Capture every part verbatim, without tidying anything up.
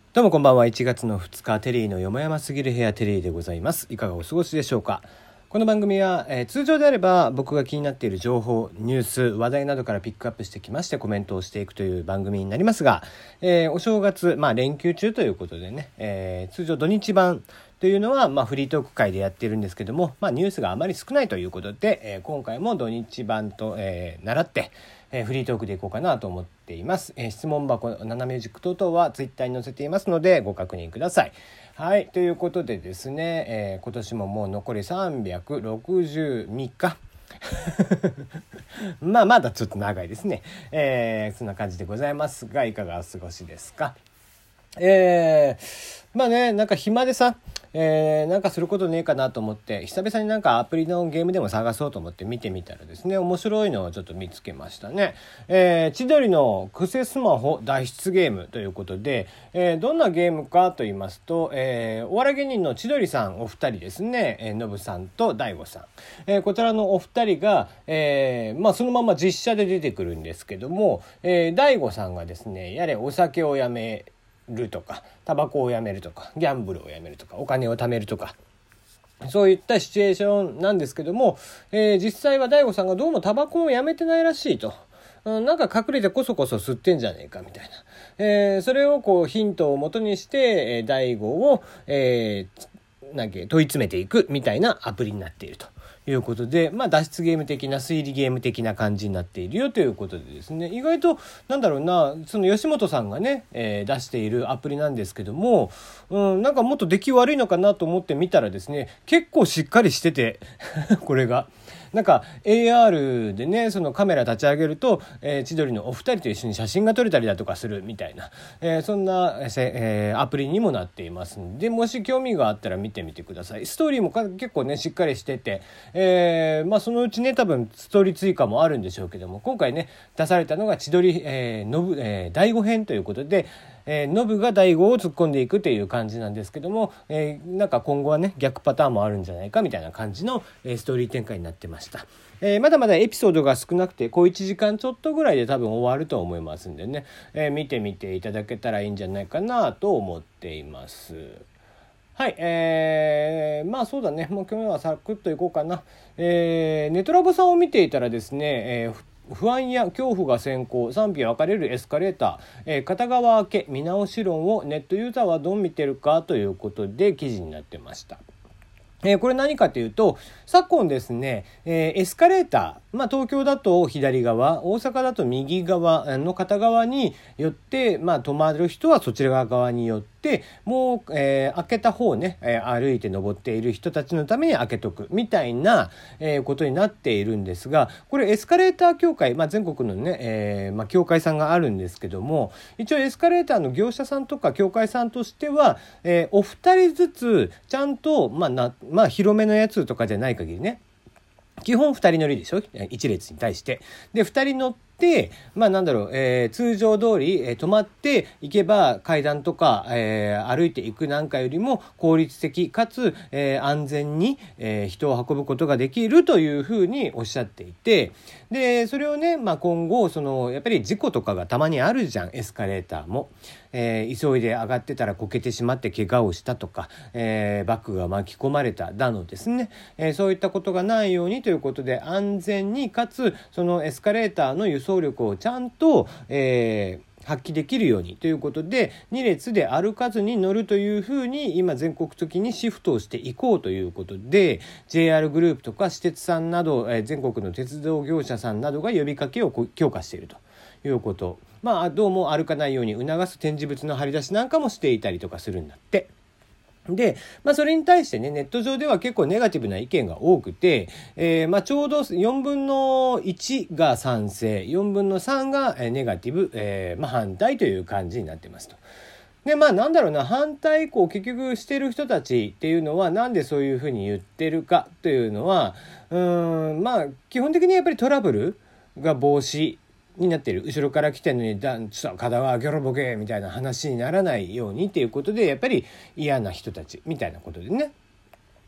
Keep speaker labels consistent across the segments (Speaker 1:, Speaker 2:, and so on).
Speaker 1: どうもこんばんは。いちがつのふつか、テリーのよもやますぎる部屋、テリーでございます。いかがお過ごしでしょうか。この番組は、えー、通常であれば僕が気になっている情報、ニュース、話題などからピックアップしてきましてコメントをしていくという番組になりますが、えー、お正月、まあ連休中ということでね、えー、通常土日版というのは、まあ、フリートーク会でやってるんですけども、まあ、ニュースがあまり少ないということで、えー、今回も土日版と、えー、習って、えー、フリートークでいこうかなと思っています。えー、質問箱、ナナミュージック等々はツイッターに載せていますのでご確認ください。はい、ということでですね、えー、今年ももう残りさんびゃくろくじゅうみっかまあまだちょっと長いですね、えー、そんな感じでございますが、いかがお過ごしですか。えー、まあね、なんか暇でさ、えー、なんかすることねえかなと思って久々になんかアプリのゲームでも探そうと思って見てみたらですね、面白いのをちょっと見つけましたね。えー、千鳥のクセスマホ脱出ゲームということで、えー、どんなゲームかと言いますと、えー、お笑い芸人の千鳥さんお二人ですね、えー、ノブさんと大悟さん、えー、こちらのお二人が、えーまあ、そのまま実写で出てくるんですけども、えー、大悟さんがですね、やれお酒をやめるとか、タバコをやめるとか、ギャンブルをやめるとか、お金を貯めるとか、そういったシチュエーションなんですけども、えー、実際は大悟さんがどうもタバコをやめてないらしいと。うん、なんか隠れてこそこそ吸ってんじゃねえかみたいな、えー、それをこうヒントを元にして、えー、大悟を、えー、なんか問い詰めていくみたいなアプリになっているということで、まあ、脱出ゲーム的な推理ゲーム的な感じになっているよということでですね、意外となんだろうな、その吉本さんがね、えー、出しているアプリなんですけども、うん、なんかもっと出来悪いのかなと思ってみたらですね、結構しっかりしててこれがなんか エーアール でね、そのカメラ立ち上げると、えー、千鳥のお二人と一緒に写真が撮れたりだとかするみたいな、えー、そんな、えー、アプリにもなっていますので、もし興味があったら見てみてください。ストーリーも結構ねしっかりしてて、えー、まあそのうちね多分ストーリー追加もあるんでしょうけども、今回ね出されたのが千鳥、えー、のぶ、えー、第五編ということで、えー、ノブが大悟を突っ込んでいくという感じなんですけども、えー、なんか今後はね逆パターンもあるんじゃないかみたいな感じの、えー、ストーリー展開になってました。えー、まだまだエピソードが少なくてこういちじかんちょっとぐらいで多分終わると思いますんでね、えー、見てみていただけたらいいんじゃないかなと思っています。はい、えー、まあそうだね、もう今日はサクッといこうかな。えー、ネトラボさんを見ていたらですね、えー不安や恐怖が先行、賛否分かれるエスカレーター、えー、片側開け見直し論をネットユーザーはどう見てるかということで記事になってました。えー、これ何かというと、昨今ですね、えー、エスカレーター、まあ、東京だと左側、大阪だと右側の片側によって、まあ、止まる人はそちら側によって、もう、えー、開けた方ね、えー、歩いて登っている人たちのために開けとくみたいな、えー、ことになっているんですが、これエスカレーター協会、まあ、全国のね、えーまあ、協会さんがあるんですけども、一応エスカレーターの業者さんとか協会さんとしては、えー、お二人ずつちゃんと、まあなまあ、広めのやつとかじゃない限りね、基本ふたり乗りでしょ、いち列に対して。でふたり乗って、まあなんだろう、えー、通常通り、えー、止まっていけば階段とか、えー、歩いていくなんかよりも効率的かつ、えー、安全に、えー、人を運ぶことができるというふうにおっしゃっていて、でそれをね、まあ、今後そのやっぱり事故とかがたまにあるじゃん、エスカレーターも。えー、急いで上がってたらこけてしまって怪我をしたとか、えー、バッグが巻き込まれただのですね、えー、そういったことがないようにということで、安全にかつそのエスカレーターの輸送力をちゃんと、えー発揮できるようにということで、に列で歩かずに乗るというふうに今全国的にシフトをしていこうということで、 ジェイアール グループとか私鉄さんなど、えー、全国の鉄道業者さんなどが呼びかけを強化しているということ。まあどうも歩かないように促す展示物の張り出しなんかもしていたりとかするんだって。で、まあ、それに対してね、ネット上では結構ネガティブな意見が多くて、えー、まあちょうどよんぶんのいちが賛成、よんぶんのさんがネガティブ、えー、まあ反対という感じになってますと。で、まあなんだろうな、反対以降結局してる人たちっていうのはなんでそういうふうに言ってるかというのは、うーん、まあ基本的にやっぱりトラブルが防止になっている。後ろから来てるのにだちょっと片はギョロボケみたいな話にならないようにっていうことで、やっぱり嫌な人たちみたいなことでね、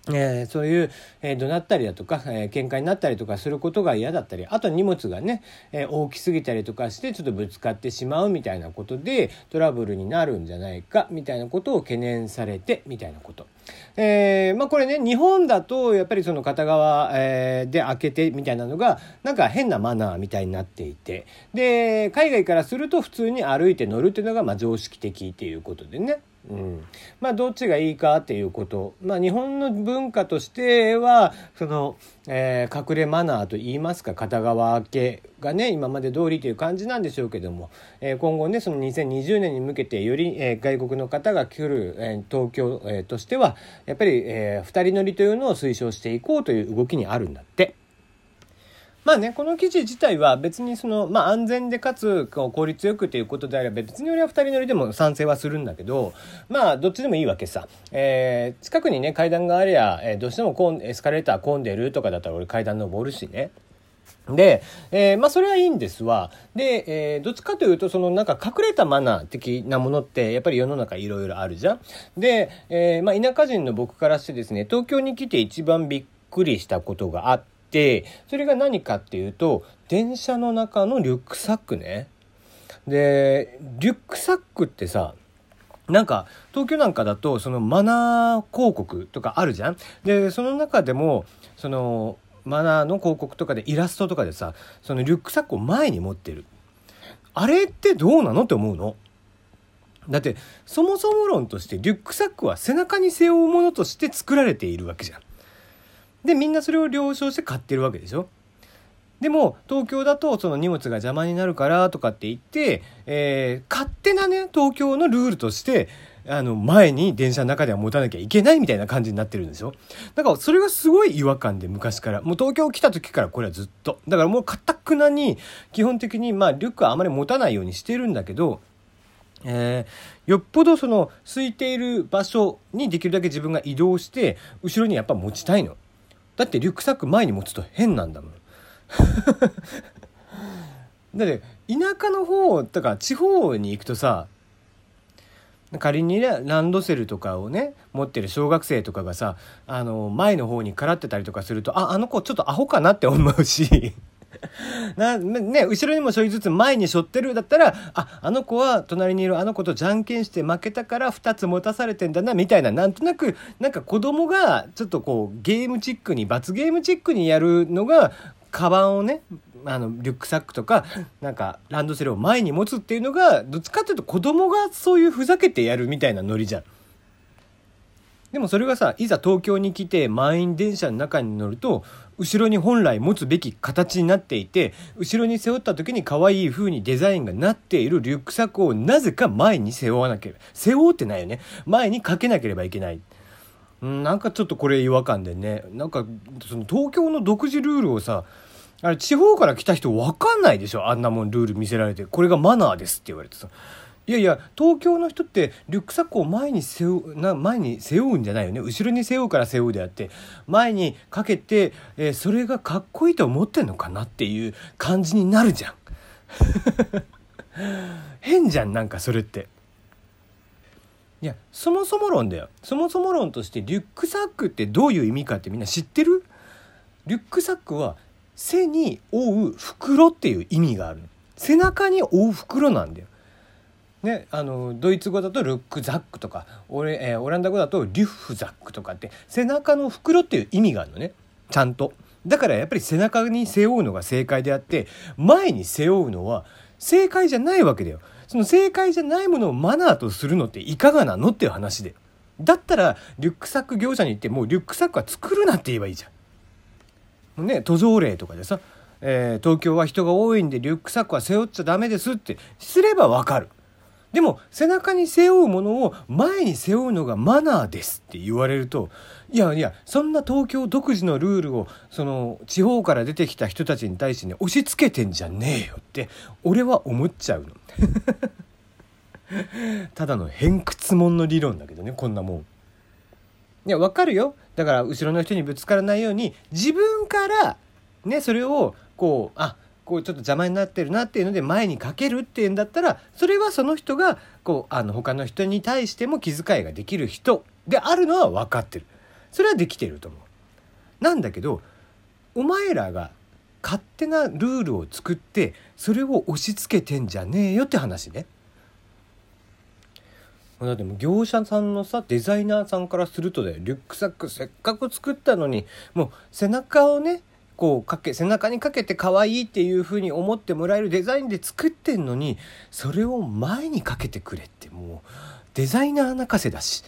Speaker 1: えー、そういう、えー、怒鳴ったりだとか、えー、喧嘩になったりとかすることが嫌だったり、あと荷物がね、えー、大きすぎたりとかしてちょっとぶつかってしまうみたいなことでトラブルになるんじゃないかみたいなことを懸念されてみたいなこと。えー、まあこれね、日本だとやっぱりその片側、えー、で開けてみたいなのがなんか変なマナーみたいになっていて、で海外からすると普通に歩いて乗るっていうのがまあ常識的っていうことでね、うん、まあどっちがいいかっていうこと、まあ日本の文化としてはその、えー、隠れマナーといいますか、片側開けがね今まで通りという感じなんでしょうけども、えー、今後ねそのにせんにじゅうねんに向けてより、えー、外国の方が来る、えー、東京、えー、としてはやっぱり、えー、ふたり乗りというのを推奨していこうという動きにあるんだって。まあね、この記事自体は別にその、まあ、安全でかつこう効率よくということであれば別に俺はふたり乗りでも賛成はするんだけど、まあどっちでもいいわけさ、えー、近くにね階段がありゃ、えー、どうしてもこんエスカレーター混んでるとかだったら俺階段登るしね。で、えー、まあそれはいいんですわ。で、えー、どっちかというとそのなんか隠れたマナー的なものってやっぱり世の中いろいろあるじゃん。で、えーまあ、田舎人の僕からしてですね、東京に来て一番びっくりしたことがあって、でそれが何かっていうと電車の中のリュックサックね。でリュックサックってさ、なんか東京なんかだとそのマナー広告とかあるじゃん。でその中でもそのマナーの広告とかでイラストとかでさ、そのリュックサックを前に持ってる、あれってどうなのって思うの。だってそもそも論としてリュックサックは背中に背負うものとして作られているわけじゃん。でみんなそれを了承して買ってるわけでしょ。でも東京だとその荷物が邪魔になるからとかって言って、えー、勝手なね東京のルールとしてあの前に電車の中では持たなきゃいけないみたいな感じになってるんですよ。だからそれがすごい違和感で、昔からもう東京来た時からこれはずっとだからもう堅くなに基本的にまあリュックはあまり持たないようにしてるんだけど、えー、よっぽどその空いている場所にできるだけ自分が移動して後ろにやっぱ持ちたいの。だってリュックサック前に持つと変なんだもんだって田舎の方とか地方に行くとさ、仮にねランドセルとかをね持ってる小学生とかがさ、あの前の方にからってたりとかすると、ああの子ちょっとアホかなって思うしなね、後ろにもちょいずつ前に背負ってるだったら、ああの子は隣にいるあの子とじゃんけんして負けたからふたつ持たされてんだなみたいな、なんとなくなんか子供がちょっとこうゲームチックに罰ゲームチックにやるのが、カバンをねあのリュックサックとかなんかランドセルを前に持つっていうのがどっちかっていうと子供がそういうふざけてやるみたいなノリじゃん。でもそれがさ、いざ東京に来て満員電車の中に乗ると後ろに本来持つべき形になっていて、後ろに背負った時に可愛い風にデザインがなっているリュックサックをなぜか前に背負わなければ、背負ってないよね、前にかけなければいけない。なんかちょっとこれ違和感でね、なんかその東京の独自ルールをさ、あれ地方から来た人分かんないでしょ。あんなもんルール見せられて、これがマナーですって言われてさ、いやいや東京の人ってリュックサックを前に背負うな前に背負うんじゃないよね、後ろに背負うから背負うであって、前にかけて、えー、それがかっこいいと思ってんのかなっていう感じになるじゃん変じゃん、なんかそれって。いやそもそも論だよ。そもそも論としてリュックサックってどういう意味かってみんな知ってる？リュックサックは背に覆う袋っていう意味がある。背中に覆う袋なんだよね。あのドイツ語だとルックザックとか、オレ、えー、オランダ語だとリュッフザックとかって背中の袋っていう意味があるのね、ちゃんと。だからやっぱり背中に背負うのが正解であって、前に背負うのは正解じゃないわけだよ。その正解じゃないものをマナーとするのっていかがなのっていう話で、だったらリュックサック業者に行ってもうリュックサックは作るなって言えばいいじゃんね。途上例とかでさ、えー、東京は人が多いんでリュックサックは背負っちゃダメですってすればわかる。でも背中に背負うものを前に背負うのがマナーですって言われると、いやいやそんな東京独自のルールをその地方から出てきた人たちに対してね押し付けてんじゃねえよって俺は思っちゃうのただの偏屈もんの理論だけどね、こんなもん。いやわかるよ。だから後ろの人にぶつからないように自分からねそれをこうあこうちょっと邪魔になってるなっていうので前にかけるっていうんだったら、それはその人がこうあの他の人に対しても気遣いができる人であるのは分かってる。 それはできてると思う。なんだけどお前らが勝手なルールを作ってそれを押し付けてんじゃねえよって話ね。だってもう業者さんのさデザイナーさんからするとだよ、リュックサックせっかく作ったのにもう背中をねこうかけ背中にかけて可愛いっていう風に思ってもらえるデザインで作ってんのに、それを前にかけてくれって、もうデザイナー泣かせだし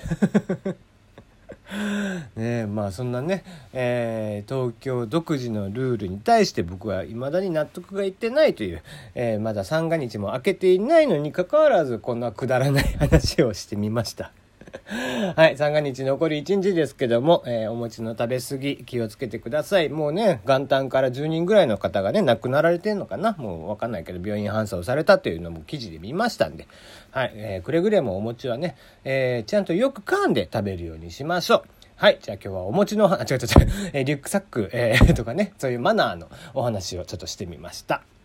Speaker 1: ねえ、まあそんなね、えー、東京独自のルールに対して僕は未だに納得がいってないという、えー、まだ三が日も明けていないのにかかわらずこんなくだらない話をしてみましたはい、三が日残りいちにちですけども、えー、お餅の食べ過ぎ気をつけてください。もうね元旦からじゅうにんぐらいの方がね亡くなられてるのかな、もう分かんないけど病院搬送されたというのも記事で見ましたんで、はい、えー、くれぐれもお餅はね、えー、ちゃんとよく噛んで食べるようにしましょう。はい、じゃあ今日はお餅のあ違う違う違う、えー、リュックサック、えー、とかねそういうマナーのお話をちょっとしてみました。